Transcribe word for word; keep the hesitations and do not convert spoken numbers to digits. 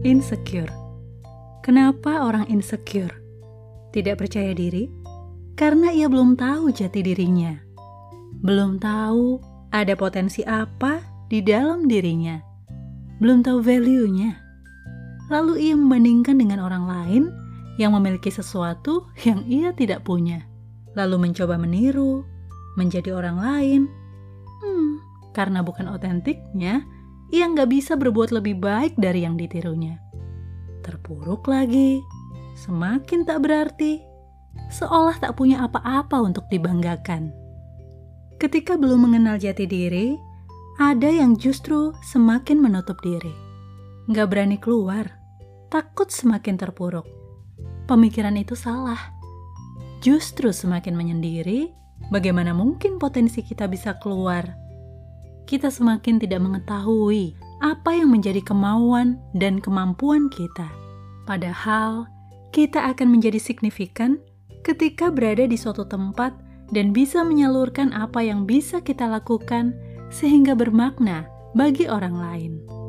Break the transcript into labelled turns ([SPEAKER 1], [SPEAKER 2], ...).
[SPEAKER 1] Insecure. Kenapa orang insecure? Tidak percaya diri? Karena ia belum tahu jati dirinya. Belum tahu ada potensi apa di dalam dirinya. Belum tahu value-nya. Lalu ia membandingkan dengan orang lain yang memiliki sesuatu yang ia tidak punya. Lalu mencoba meniru, menjadi orang lain. Hmm, karena bukan otentiknya, ia nggak bisa berbuat lebih baik dari yang ditirunya. Terpuruk lagi, semakin tak berarti, seolah tak punya apa-apa untuk dibanggakan. Ketika belum mengenal jati diri, ada yang justru semakin menutup diri. Nggak berani keluar, takut semakin terpuruk. Pemikiran itu salah. Justru semakin menyendiri, bagaimana mungkin potensi kita bisa keluar? Kita semakin tidak mengetahui apa yang menjadi kemauan dan kemampuan kita. Padahal, kita akan menjadi signifikan ketika berada di suatu tempat dan bisa menyalurkan apa yang bisa kita lakukan sehingga bermakna bagi orang lain.